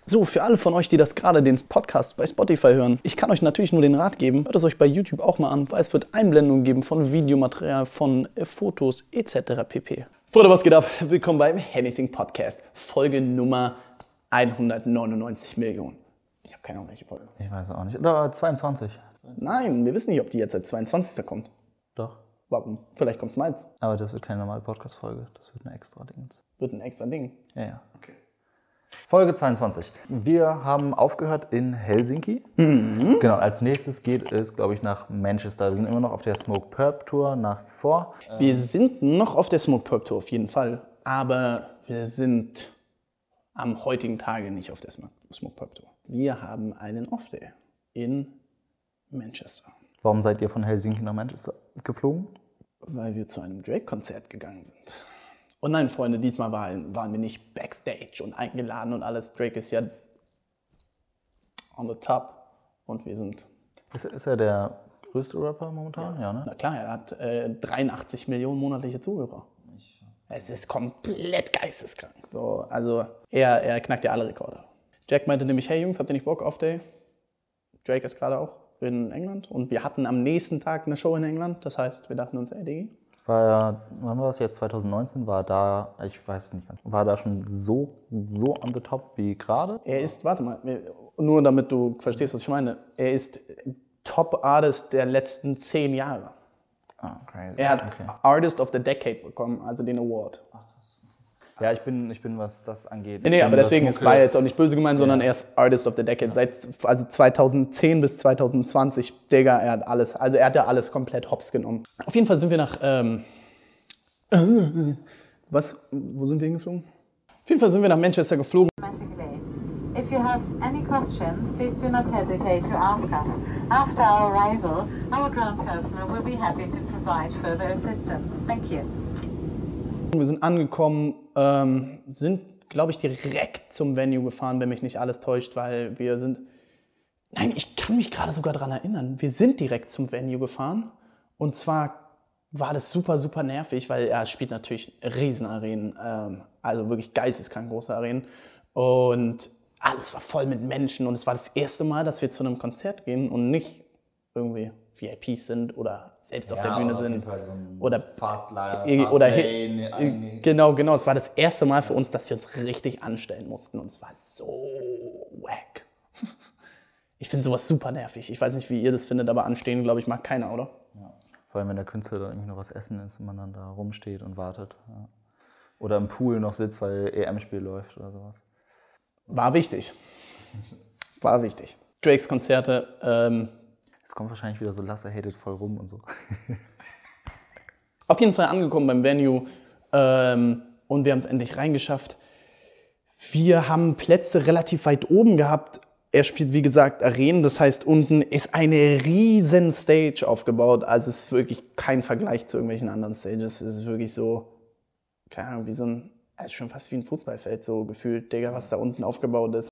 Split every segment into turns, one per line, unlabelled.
So, für alle von euch, die das gerade den Podcast bei Spotify hören, ich kann euch natürlich nur den Rat geben, hört es euch bei YouTube auch mal an, weil es wird Einblendungen geben von Videomaterial, von Fotos etc. pp. Freunde, was geht ab? Willkommen beim Anything Podcast, Folge Nummer 199 Millionen. Ich habe keine Ahnung, welche Folge.
Ich weiß auch nicht. Oder 22.
Nein, wir wissen nicht, ob die jetzt als 22. kommt.
Doch.
Warum? Vielleicht kommt es mal.
Aber das wird keine normale Podcast-Folge. Das wird eine extra Dingens.
Wird ein extra Ding.
Ja.
Okay.
Folge 22. Wir haben aufgehört in Helsinki. Genau, als nächstes geht es, glaube ich, nach Manchester. Wir sind immer noch auf der Smoke Purp Tour nach wie vor.
Wir sind noch auf der Smoke Purp Tour, auf jeden Fall. Aber wir sind am heutigen Tage nicht auf der Smoke Purp Tour. Wir haben einen Off-Day in Manchester.
Warum seid ihr von Helsinki nach Manchester geflogen?
Weil wir zu einem Drake-Konzert gegangen sind. Und nein, Freunde, diesmal waren wir nicht backstage und eingeladen und alles. Drake ist ja on the top und wir sind...
Ist er der größte Rapper momentan? Ja, ne?
Na klar, er hat 83 Millionen monatliche Zuhörer. Es ist komplett geisteskrank. So, also er knackt ja alle Rekorde. Jack meinte nämlich, hey Jungs, habt ihr nicht Bock auf Day? Drake ist gerade auch in England und wir hatten am nächsten Tag eine Show in England. Das heißt, wir dachten uns, ey Digi.
Wann war das jetzt? 2019 war da, ich weiß nicht ganz, war da schon so on the top wie gerade?
Er ist, warte mal, nur damit du verstehst, was ich meine, er ist Top-Artist der letzten 10 Jahre.
Ah, crazy.
Er hat Artist of the Decade bekommen, also den Award.
Ja, ich bin, was das angeht.
Nee, aber deswegen, es war jetzt auch nicht böse gemeint, sondern er ist Artist of the Decade.
Ja.
Also 2010 bis 2020, Digga, er hat alles, also er hat ja alles komplett hops genommen. Auf jeden Fall sind wir nach, wo sind wir hingeflogen? Auf jeden Fall sind wir nach Manchester geflogen.
If you have any questions, please do not hesitate to ask us. After our arrival, our ground personnel will be happy to provide further assistance. Thank you.
Wir sind angekommen, sind, glaube ich, direkt zum Venue gefahren, wenn mich nicht alles täuscht, weil wir sind... Nein, ich kann mich gerade sogar daran erinnern. Wir sind direkt zum Venue gefahren und zwar war das super, super nervig, weil er spielt natürlich Riesenarenen, also wirklich geisteskrank große Arenen und alles war voll mit Menschen und es war das erste Mal, dass wir zu einem Konzert gehen und nicht irgendwie VIPs sind oder selbst auf der Bühne sind.
So
oder
Fastlane,
oder genau. Es war das erste Mal für uns, dass wir uns richtig anstellen mussten und es war so wack. Ich finde sowas super nervig. Ich weiß nicht, wie ihr das findet, aber anstehen, glaube ich, mag keiner, oder?
Ja. Vor allem, wenn der Künstler da irgendwie noch was essen ist und man dann da rumsteht und wartet. Ja. Oder im Pool noch sitzt, weil EM-Spiel läuft oder sowas.
War wichtig. War wichtig. Drakes Konzerte.
Es kommt wahrscheinlich wieder so Lasse hatet voll rum und so.
Auf jeden Fall angekommen beim Venue und wir haben es endlich reingeschafft. Wir haben Plätze relativ weit oben gehabt. Er spielt, wie gesagt, Arenen. Das heißt, unten ist eine riesen Stage aufgebaut. Also es ist wirklich kein Vergleich zu irgendwelchen anderen Stages. Es ist wirklich so, keine Ahnung, wie so ein... Also schon fast wie ein Fußballfeld so gefühlt, Digga, was da unten aufgebaut ist.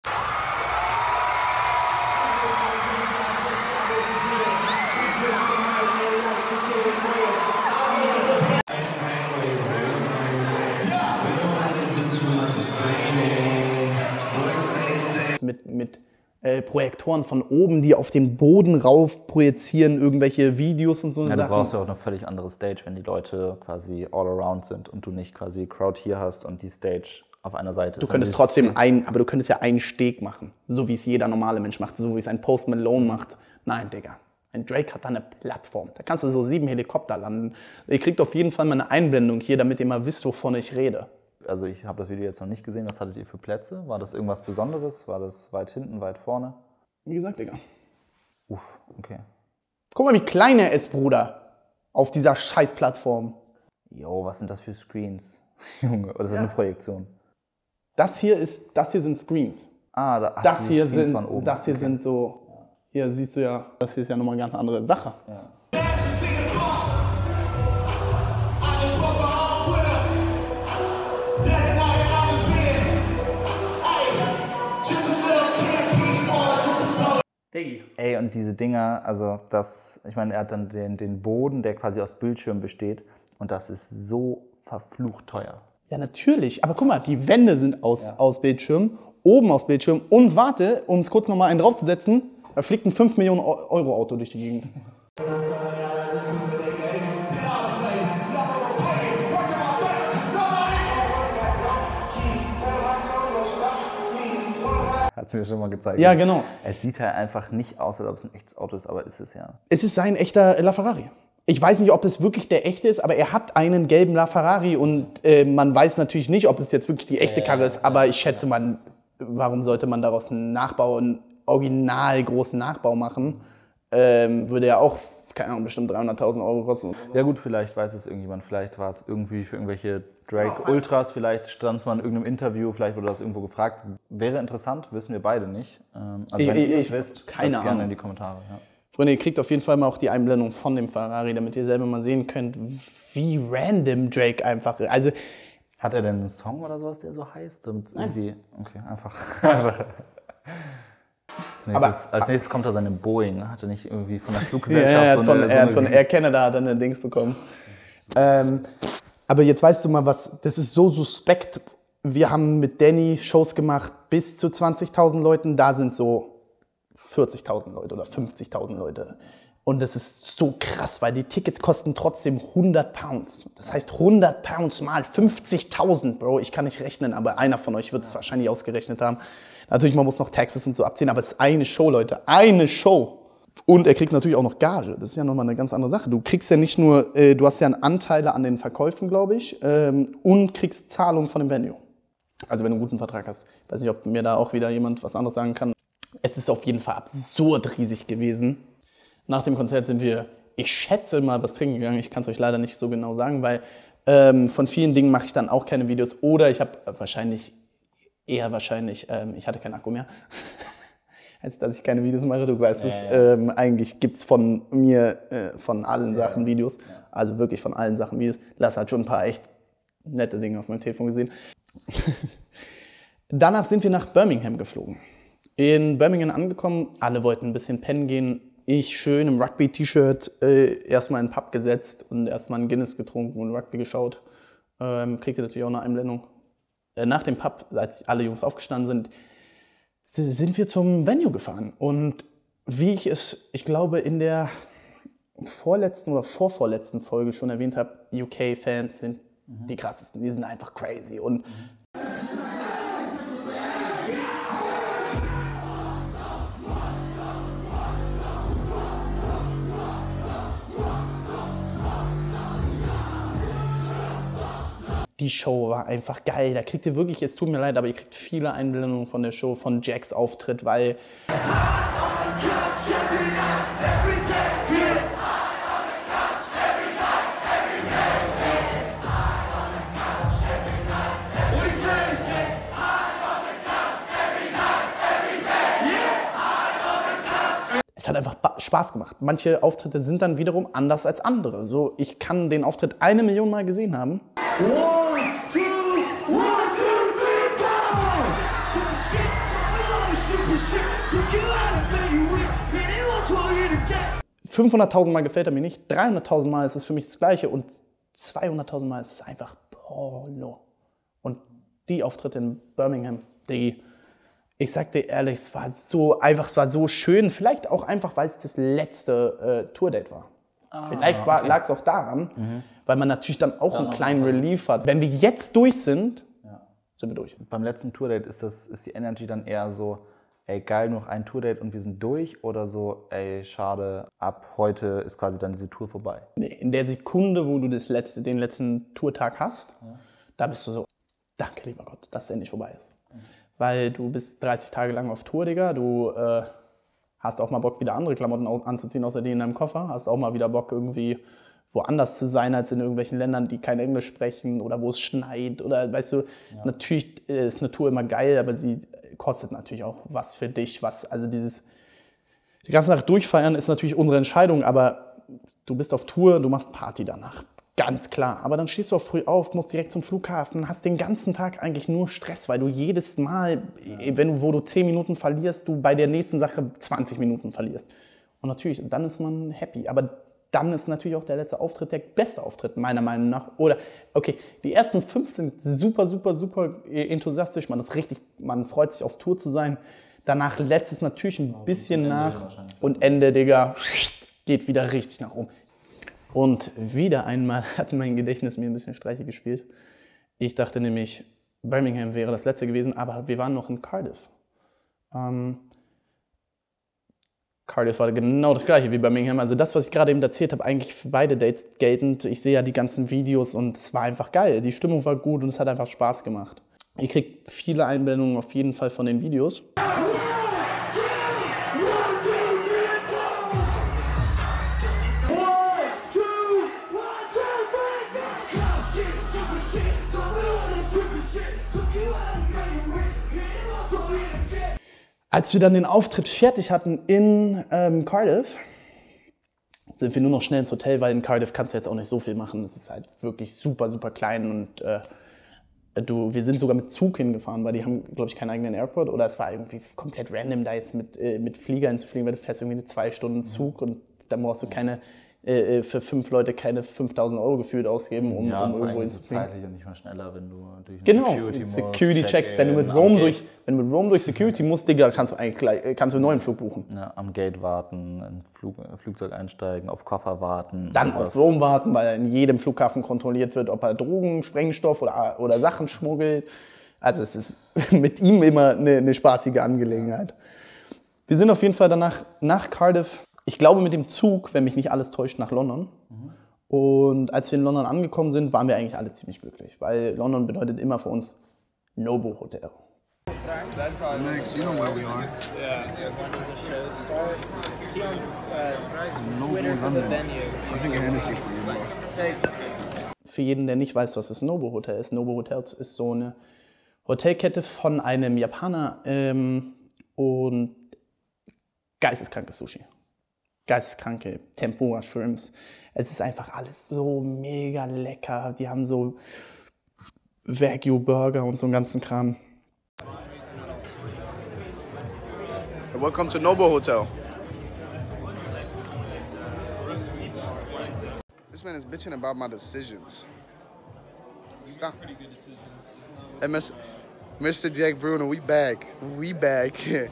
Mit Projektoren von oben, die auf den Boden rauf projizieren, irgendwelche Videos und so
ja,
Sachen.
Du brauchst ja auch eine völlig andere Stage, wenn die Leute quasi all around sind und du nicht quasi Crowd hier hast und die Stage auf einer Seite ist.
Du könntest trotzdem aber du könntest ja einen Steg machen, so wie es jeder normale Mensch macht, so wie es ein Post Malone macht. Nein, Digga, ein Drake hat da eine Plattform, da kannst du so 7 Helikopter landen. Ihr kriegt auf jeden Fall mal eine Einblendung hier, damit ihr mal wisst, wovon ich rede.
Also ich habe das Video jetzt noch nicht gesehen. Was hattet ihr für Plätze? War das irgendwas Besonderes? War das weit hinten, weit vorne?
Wie gesagt, Digga.
Uff, okay.
Guck mal, wie klein er ist, Bruder. Auf dieser scheiß Plattform.
Jo, was sind das für Screens? Junge, oder ist das eine Projektion?
Das hier sind Screens. Das hier sind so... Hier siehst du ja, das hier ist ja nochmal eine ganz andere Sache.
Ja. Ey, und diese Dinger, also das, ich meine, er hat dann den Boden, der quasi aus Bildschirmen besteht und das ist so verflucht teuer.
Ja, natürlich. Aber guck mal, die Wände sind aus Bildschirmen oben aufs Bildschirm und warte, um es kurz nochmal einen draufzusetzen, da fliegt ein 5 Millionen Euro Auto durch die Gegend.
Hat es mir schon mal gezeigt.
Ja, genau.
Es sieht halt einfach nicht aus, als ob es ein echtes Auto ist, aber ist es ja.
Es ist sein echter LaFerrari. Ich weiß nicht, ob es wirklich der echte ist, aber er hat einen gelben LaFerrari und man weiß natürlich nicht, ob es jetzt wirklich die echte Karre ist, aber ich schätze, warum sollte man daraus einen Nachbau, einen original großen Nachbau machen? Würde ja auch, keine Ahnung, bestimmt 300.000 Euro kosten.
Ja gut, vielleicht weiß es irgendjemand, vielleicht war es irgendwie für irgendwelche Drake Ultras, vielleicht stand es mal in irgendeinem Interview, vielleicht wurde das irgendwo gefragt. Wäre interessant, wissen wir beide nicht. Also wenn ihr es wisst,
keine
gerne
Ahnung.
in die Kommentare. Ja.
Freunde, ihr kriegt auf jeden Fall mal auch die Einblendung von dem Ferrari, damit ihr selber mal sehen könnt, wie random Drake einfach ist. Also,
hat er denn einen Song oder sowas, der so heißt? Damit irgendwie, okay, einfach. Als nächstes kommt er seine Boeing. Hat er nicht irgendwie von der Fluggesellschaft
von Air Canada hat er eine Dings bekommen. Aber jetzt weißt du mal was, das ist so suspekt. Wir haben mit Danny Shows gemacht bis zu 20.000 Leuten, da sind so 40.000 Leute oder 50.000 Leute. Und das ist so krass, weil die Tickets kosten trotzdem 100 Pounds. Das heißt 100 Pounds mal 50.000, Bro. Ich kann nicht rechnen, aber einer von euch wird es wahrscheinlich ausgerechnet haben. Natürlich, man muss noch Taxes und so abziehen, aber es ist eine Show, Leute. Eine Show. Und er kriegt natürlich auch noch Gage. Das ist ja nochmal eine ganz andere Sache. Du kriegst ja nicht nur, du hast ja Anteile an den Verkäufen, glaube ich, und kriegst Zahlungen von dem Venue. Also wenn du einen guten Vertrag hast. Ich weiß nicht, ob mir da auch wieder jemand was anderes sagen kann. Es ist auf jeden Fall absurd riesig gewesen. Nach dem Konzert sind wir, ich schätze mal, was trinken gegangen. Ich kann es euch leider nicht so genau sagen, weil von vielen Dingen mache ich dann auch keine Videos. Oder ich habe ich hatte keinen Akku mehr, als dass ich keine Videos mache. Du weißt es, eigentlich gibt es von mir von allen Sachen Videos. Also wirklich von allen Sachen Videos. Lass hat schon ein paar echt nette Dinge auf meinem Telefon gesehen. Danach sind wir nach Birmingham geflogen. In Birmingham angekommen, alle wollten ein bisschen pennen gehen. Ich schön im Rugby-T-Shirt erstmal in den Pub gesetzt und erstmal ein Guinness getrunken und Rugby geschaut. Kriegte natürlich auch eine Einblendung. Nach dem Pub, als alle Jungs aufgestanden sind wir zum Venue gefahren. Und wie ich glaube, in der vorletzten oder vorvorletzten Folge schon erwähnt habe, UK-Fans sind die krassesten. Die sind einfach crazy. Und die Show war einfach geil. Da kriegt ihr wirklich, es tut mir leid, aber ihr kriegt viele Einblendungen von der Show, von Jacks Auftritt, weil es hat einfach Spaß gemacht. Manche Auftritte sind dann wiederum anders als andere. So, ich kann den Auftritt 1 Million Mal gesehen haben. 500.000 Mal gefällt er mir nicht, 300.000 Mal ist es für mich das Gleiche und 200.000 Mal ist es einfach Porno. Und die Auftritte in Birmingham, Diggi, ich sag dir ehrlich, es war so einfach, es war so schön. Vielleicht auch einfach, weil es das letzte Tourdate war. Vielleicht lag es auch daran, weil man natürlich dann auch einen kleinen Relief hat. Wenn wir jetzt durch sind, sind wir durch.
Beim letzten Tourdate ist die Energy dann eher so, ey geil, noch ein Tourdate und wir sind durch, oder so, ey schade, ab heute ist quasi dann diese Tour vorbei?
Nee, in der Sekunde, wo du den letzten Tourtag hast, da bist du so, danke lieber Gott, dass es endlich vorbei ist. Weil du bist 30 Tage lang auf Tour, Digga, du hast auch mal Bock, wieder andere Klamotten anzuziehen, außer die in deinem Koffer, hast auch mal wieder Bock, irgendwie woanders zu sein, als in irgendwelchen Ländern, die kein Englisch sprechen oder wo es schneit oder, weißt du, natürlich ist eine Tour immer geil, aber sie kostet natürlich auch was für dich, also die ganze Nacht durchfeiern ist natürlich unsere Entscheidung, aber du bist auf Tour, du machst Party danach, ganz klar. Aber dann stehst du auch früh auf, musst direkt zum Flughafen, hast den ganzen Tag eigentlich nur Stress, weil du jedes Mal, wo du 10 Minuten verlierst, du bei der nächsten Sache 20 Minuten verlierst. Und natürlich, dann ist man happy, aber dann ist natürlich auch der letzte Auftritt der beste Auftritt, meiner Meinung nach. Oder, okay, die ersten 5 sind super, super, super enthusiastisch. Man freut sich auf Tour zu sein. Danach lässt es natürlich ein bisschen nach. Und Ende, Digga, geht wieder richtig nach oben. Und wieder einmal hat mein Gedächtnis mir ein bisschen Streiche gespielt. Ich dachte nämlich, Birmingham wäre das letzte gewesen, aber wir waren noch in Cardiff. Cardiff war genau das gleiche wie Birmingham. Also das, was ich gerade eben erzählt habe, eigentlich für beide Dates geltend. Ich sehe ja die ganzen Videos und es war einfach geil. Die Stimmung war gut und es hat einfach Spaß gemacht. Ihr kriegt viele Einblendungen auf jeden Fall von den Videos. Als wir dann den Auftritt fertig hatten in Cardiff, sind wir nur noch schnell ins Hotel, weil in Cardiff kannst du jetzt auch nicht so viel machen. Es ist halt wirklich super, super klein und wir sind sogar mit Zug hingefahren, weil die haben, glaube ich, keinen eigenen Airport oder es war irgendwie komplett random, da jetzt mit Flieger hinzufliegen, weil du fährst irgendwie 2 Stunden Zug und dann brauchst du für 5 Leute keine 5.000 € gefühlt ausgeben, um irgendwo hinzufliegen.
Zeitlich und nicht mal schneller, wenn du durch einen
Security-Check. Wenn du mit Rome durch Security musst, Digga, kannst du einen neuen Flug buchen.
Ja, am Gate warten, ins Flugzeug einsteigen, auf Koffer warten.
Dann auf Rome warten, weil in jedem Flughafen kontrolliert wird, ob er Drogen, Sprengstoff oder Sachen schmuggelt. Also es ist mit ihm immer eine spaßige Angelegenheit. Wir sind auf jeden Fall danach nach Cardiff. Ich glaube mit dem Zug, wenn mich nicht alles täuscht, nach London. Und als wir in London angekommen sind, waren wir eigentlich alle ziemlich glücklich, weil London bedeutet immer für uns Noble Hotel.
Max, you know where we are.
When does the show start? See on
Noble
Twitter for the
London.
venue.
I think a Hennessy for you, bro.
Für jeden, der nicht weiß, was das Noble Hotel ist. Noble Hotels ist so eine Hotelkette von einem Japaner und geisteskrankes Sushi. Geisteskranke Tempura Shrimps. Es ist einfach alles so mega lecker. Die haben so Wagyu Burger und so einen ganzen Kram.
Welcome to Noble Hotel. This man is bitching about my decisions. Stop. Hey, Mr. Jack Bruno, we back. We back.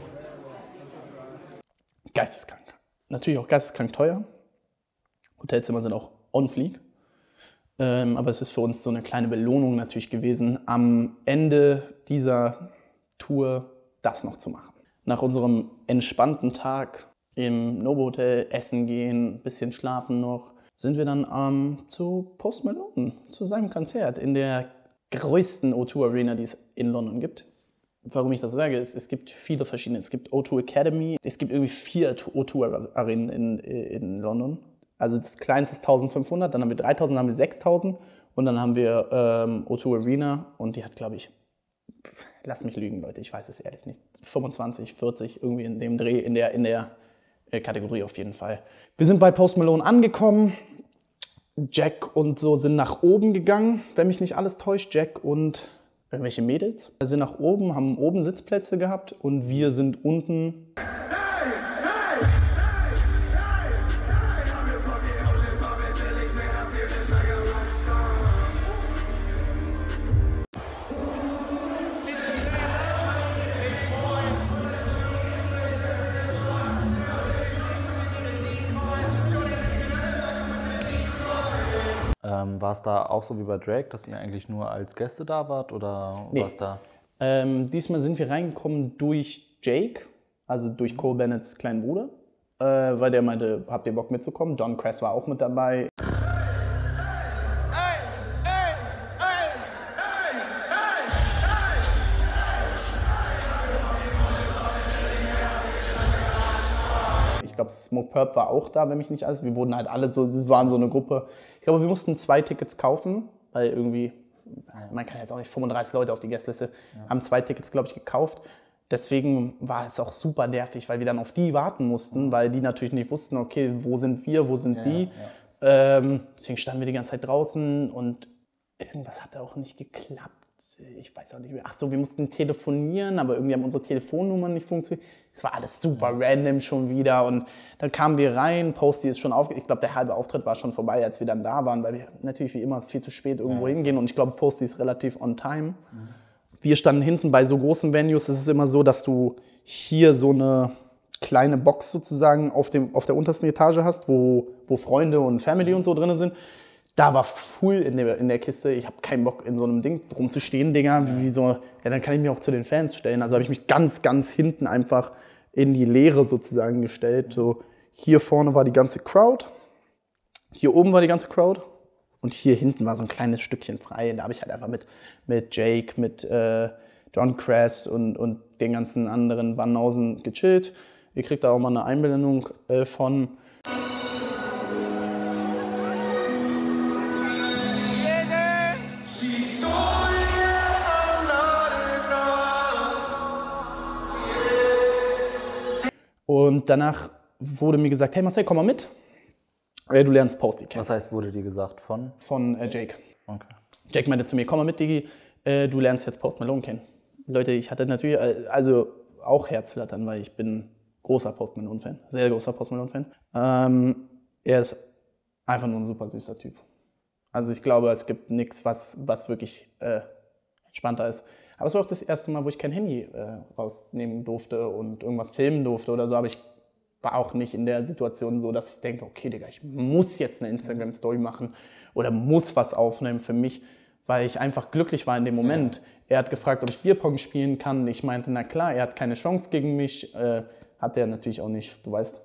Geisteskrank. Natürlich auch geisteskrank teuer. Hotelzimmer sind auch on fleek. Aber es ist für uns so eine kleine Belohnung natürlich gewesen, am Ende dieser Tour das noch zu machen. Nach unserem entspannten Tag im Noble Hotel essen gehen, ein bisschen schlafen noch, sind wir dann zu Post Malone, zu seinem Konzert in der größten O2 Arena, die es in London gibt. Warum ich das sage, ist, es gibt viele verschiedene. Es gibt O2 Academy, es gibt irgendwie 4 O2 Arenen in London. Also das kleinste ist 1500, dann haben wir 3000, dann haben wir 6000 und dann haben wir O2 Arena und die hat, glaube ich, lass mich lügen, Leute, ich weiß es ehrlich nicht, 25, 40, irgendwie in dem Dreh, in der Kategorie auf jeden Fall. Wir sind bei Post Malone angekommen. Jack und so sind nach oben gegangen, wenn mich nicht alles täuscht. Jack und irgendwelche Mädels sind nach oben, haben oben Sitzplätze gehabt und wir sind unten.
War es da auch so wie bei Drake, dass ihr eigentlich nur als Gäste da wart oder
Nee.
war es da?
Diesmal sind wir reingekommen durch Jake, also durch Cole Bennetts kleinen Bruder, weil der meinte, habt ihr Bock mitzukommen? Don Cress war auch mit dabei. Ich glaube, Smoke Purp war auch da, wenn mich nicht alles. Wir wurden halt alle so, wir waren so eine Gruppe. Ich glaube, wir mussten 2 Tickets kaufen, weil irgendwie, man kann jetzt auch nicht 35 Leute auf die Gästeliste, haben 2 Tickets, glaube ich, gekauft. Deswegen war es auch super nervig, weil wir dann auf die warten mussten, weil die natürlich nicht wussten, okay, wo sind wir, wo sind die. Deswegen standen wir die ganze Zeit draußen und irgendwas hat auch nicht geklappt. ich weiß auch nicht mehr. Ach so, wir mussten telefonieren, aber irgendwie haben unsere Telefonnummern nicht funktioniert. Es war alles super random schon wieder und dann kamen wir rein, Posty ist schon ich glaube, der halbe Auftritt war schon vorbei, als wir dann da waren, weil wir natürlich wie immer viel zu spät irgendwo hingehen und ich glaube, Posty ist relativ on time. Wir standen hinten bei so großen Venues, es ist immer so, dass du hier so eine kleine Box sozusagen auf der untersten Etage hast, wo Freunde und Family und so drin sind. Da war full in der Kiste. Ich habe keinen Bock, in so einem Ding rumzustehen, Digga. Wie so, ja, dann kann ich mich auch zu den Fans stellen. Also habe ich mich ganz, ganz hinten einfach in die Leere sozusagen gestellt. So, hier vorne war die ganze Crowd. Hier oben war die ganze Crowd. Und hier hinten war so ein kleines Stückchen frei. Da habe ich halt einfach mit Jake, mit John Crass und den ganzen anderen Banausen gechillt. Ihr kriegt da auch mal eine Einblendung von. Und danach wurde mir gesagt, hey Marcel, komm mal mit. Du lernst Posty kennen.
Was heißt, wurde dir gesagt von?
Von Jake.
Okay.
Jake meinte zu mir, komm mal mit, Digi, du lernst jetzt Post Malone kennen. Leute, ich hatte natürlich also auch Herzflattern, weil ich bin großer Post Malone-Fan, sehr großer Post Malone-Fan. Er ist einfach nur ein super süßer Typ. Also ich glaube, es gibt nichts, was wirklich entspannter ist. Aber es war auch das erste Mal, wo ich kein Handy rausnehmen durfte und irgendwas filmen durfte oder so. Aber ich war auch nicht in der Situation so, dass ich denke, okay, Digga, ich muss jetzt eine Instagram-Story machen oder muss was aufnehmen für mich, weil ich einfach glücklich war in dem Moment. Er hat gefragt, ob ich Bierpong spielen kann. Ich meinte, na klar, er hat keine Chance gegen mich. Hat er natürlich auch nicht, du weißt.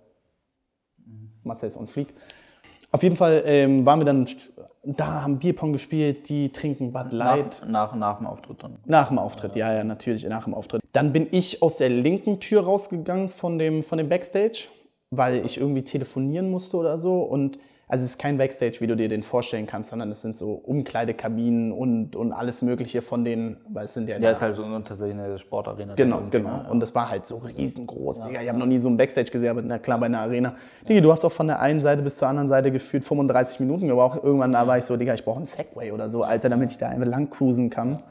Marcel ist on fleek. Auf jeden Fall waren wir dann da, haben Bierpong gespielt, die trinken Bud Light.
Nach dem Auftritt dann?
Nach dem Auftritt, ja, natürlich, nach dem Auftritt. Dann bin ich aus der linken Tür rausgegangen von dem Backstage, weil ich irgendwie telefonieren musste oder so. Und also es ist kein Backstage, wie du dir den vorstellen kannst, sondern es sind so Umkleidekabinen und alles Mögliche von denen, weil es sind ja...
Ja, ist halt so tatsächlich eine Sportarena.
Genau. Und das war halt so riesengroß, Digga. Ich habe noch nie so ein Backstage gesehen, aber na klar, bei einer Arena. Digga, du hast auch von der einen Seite bis zur anderen Seite gefühlt 35 Minuten gebraucht. Irgendwann da war ich so, Digga, ich brauche einen Segway oder so, Alter, damit ich da einfach lang cruisen kann.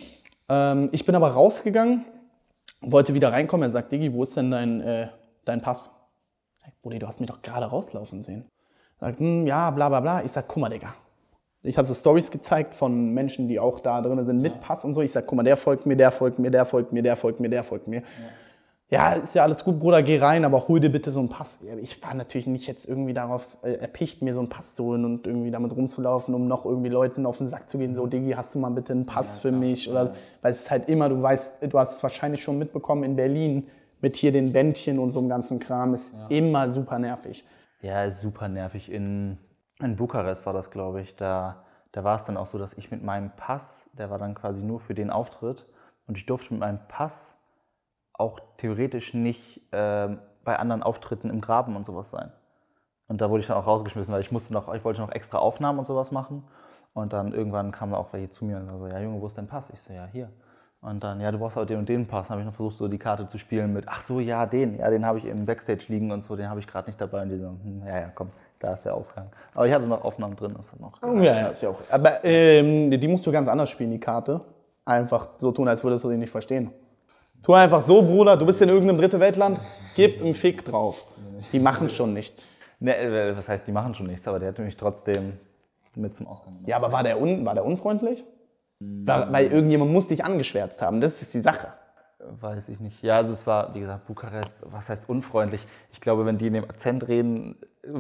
Ich bin aber rausgegangen, wollte wieder reinkommen. Er sagt, Diggi, wo ist denn dein Pass? Ich sag, Brudi, du hast mich doch gerade rauslaufen sehen. Sagt, ja, bla bla bla. Ich sag, guck mal, Digga. Ich habe so Stories gezeigt von Menschen, die auch da drin sind mit Pass und so. Ich sag, guck mal, der folgt mir, der folgt mir, der folgt mir, der folgt mir, der folgt mir. Ja, ist ja alles gut, Bruder, geh rein, aber hol dir bitte so einen Pass. Ich war natürlich nicht jetzt irgendwie darauf erpicht, mir so einen Pass zu holen und irgendwie damit rumzulaufen, um noch irgendwie Leuten auf den Sack zu gehen. So, Diggi, hast du mal bitte einen Pass für mich? Oder, weil es ist halt immer, du weißt, du hast es wahrscheinlich schon mitbekommen, in Berlin mit hier den Bändchen und so einem ganzen Kram ist immer super nervig.
Ja, ist super nervig. In Bukarest war das, glaube ich. Da war es dann auch so, dass ich mit meinem Pass, der war dann quasi nur für den Auftritt, und ich durfte mit meinem Pass auch theoretisch nicht bei anderen Auftritten im Graben und sowas sein. Und da wurde ich dann auch rausgeschmissen, weil ich wollte noch extra Aufnahmen und sowas machen. Und dann irgendwann kamen da auch welche zu mir und so, ja Junge, wo ist dein Pass? Ich so, ja, hier. Und dann, ja, du brauchst auch den und den Pass. Dann habe ich noch versucht, so die Karte zu spielen mit, ach so, ja, den habe ich im Backstage liegen und so, den habe ich gerade nicht dabei. Und die so, ja, komm, da ist der Ausgang. Aber ich hatte noch Aufnahmen drin, das hat noch.
Ja, ist ja auch. Aber die musst du ganz anders spielen, die Karte. Einfach so tun, als würdest du sie nicht verstehen. Tu einfach so, Bruder, du bist in irgendeinem dritte Weltland, gib einen Fick drauf. Die machen schon nichts.
Ne, was heißt, die machen schon nichts, aber der hat mich trotzdem mit zum Ausgang gemacht.
Ja, aber war der unfreundlich? Weil irgendjemand muss dich angeschwärzt haben, das ist die Sache.
Weiß ich nicht. Ja, also es war, wie gesagt, Bukarest, was heißt unfreundlich? Ich glaube, wenn die in dem Akzent reden,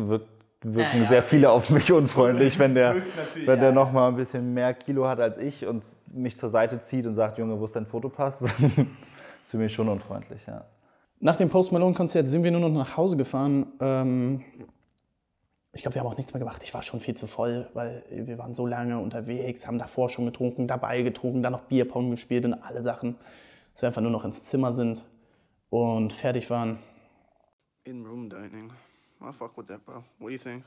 wirken sehr viele auf mich unfreundlich, wenn der noch mal ein bisschen mehr Kilo hat als ich und mich zur Seite zieht und sagt, Junge, wo ist dein Fotopass? Das ist für mich schon unfreundlich, ja. Nach dem Post Malone-Konzert sind wir nur noch nach Hause gefahren. Ich glaube, wir haben auch nichts mehr gemacht. Ich war schon viel zu voll, weil wir waren so lange unterwegs, haben davor schon getrunken, dabei getrunken, dann noch Bierpong gespielt und alle Sachen, dass wir einfach nur noch ins Zimmer sind und fertig waren.
In-room dining. I fuck with that, bro. What do you think?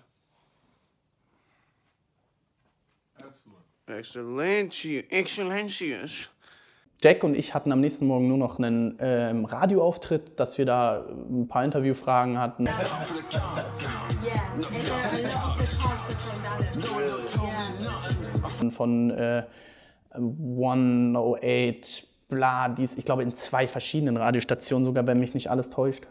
Excellent. Excellent.
Jack und ich hatten am nächsten Morgen nur noch einen Radioauftritt, dass wir da ein paar Interviewfragen hatten. Von 108, bla, dies, ich glaube in 2 verschiedenen Radiostationen sogar, wenn mich nicht alles täuscht.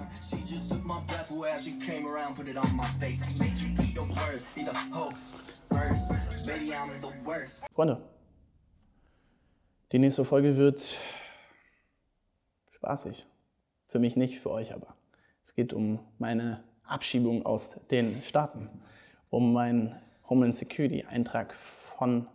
Freunde, die nächste Folge wird spaßig. Für mich nicht, für euch aber. Es geht um meine Abschiebung aus den Staaten, um meinen Homeland Security Eintrag von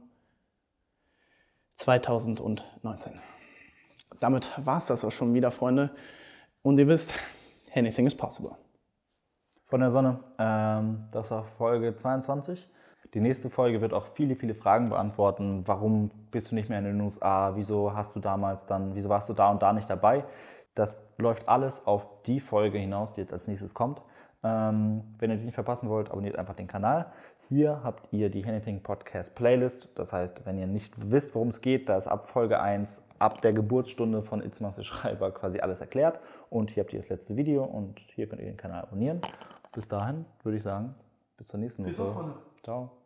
2019. Damit war es das auch schon wieder, Freunde. Und ihr wisst, anything is possible.
Von der Sonne, das war Folge 22. Die nächste Folge wird auch viele, viele Fragen beantworten. Warum bist du nicht mehr in den USA? Wieso warst du da und da nicht dabei? Das läuft alles auf die Folge hinaus, die jetzt als nächstes kommt. Wenn ihr die nicht verpassen wollt, abonniert einfach den Kanal. Hier habt ihr die Anything Podcast Playlist. Das heißt, wenn ihr nicht wisst, worum es geht, da ist ab Folge 1, ab der Geburtsstunde von Itzmas Schreiber quasi alles erklärt. Und hier habt ihr das letzte Video und hier könnt ihr den Kanal abonnieren. Bis dahin würde ich sagen, bis zur nächsten Woche. Ciao.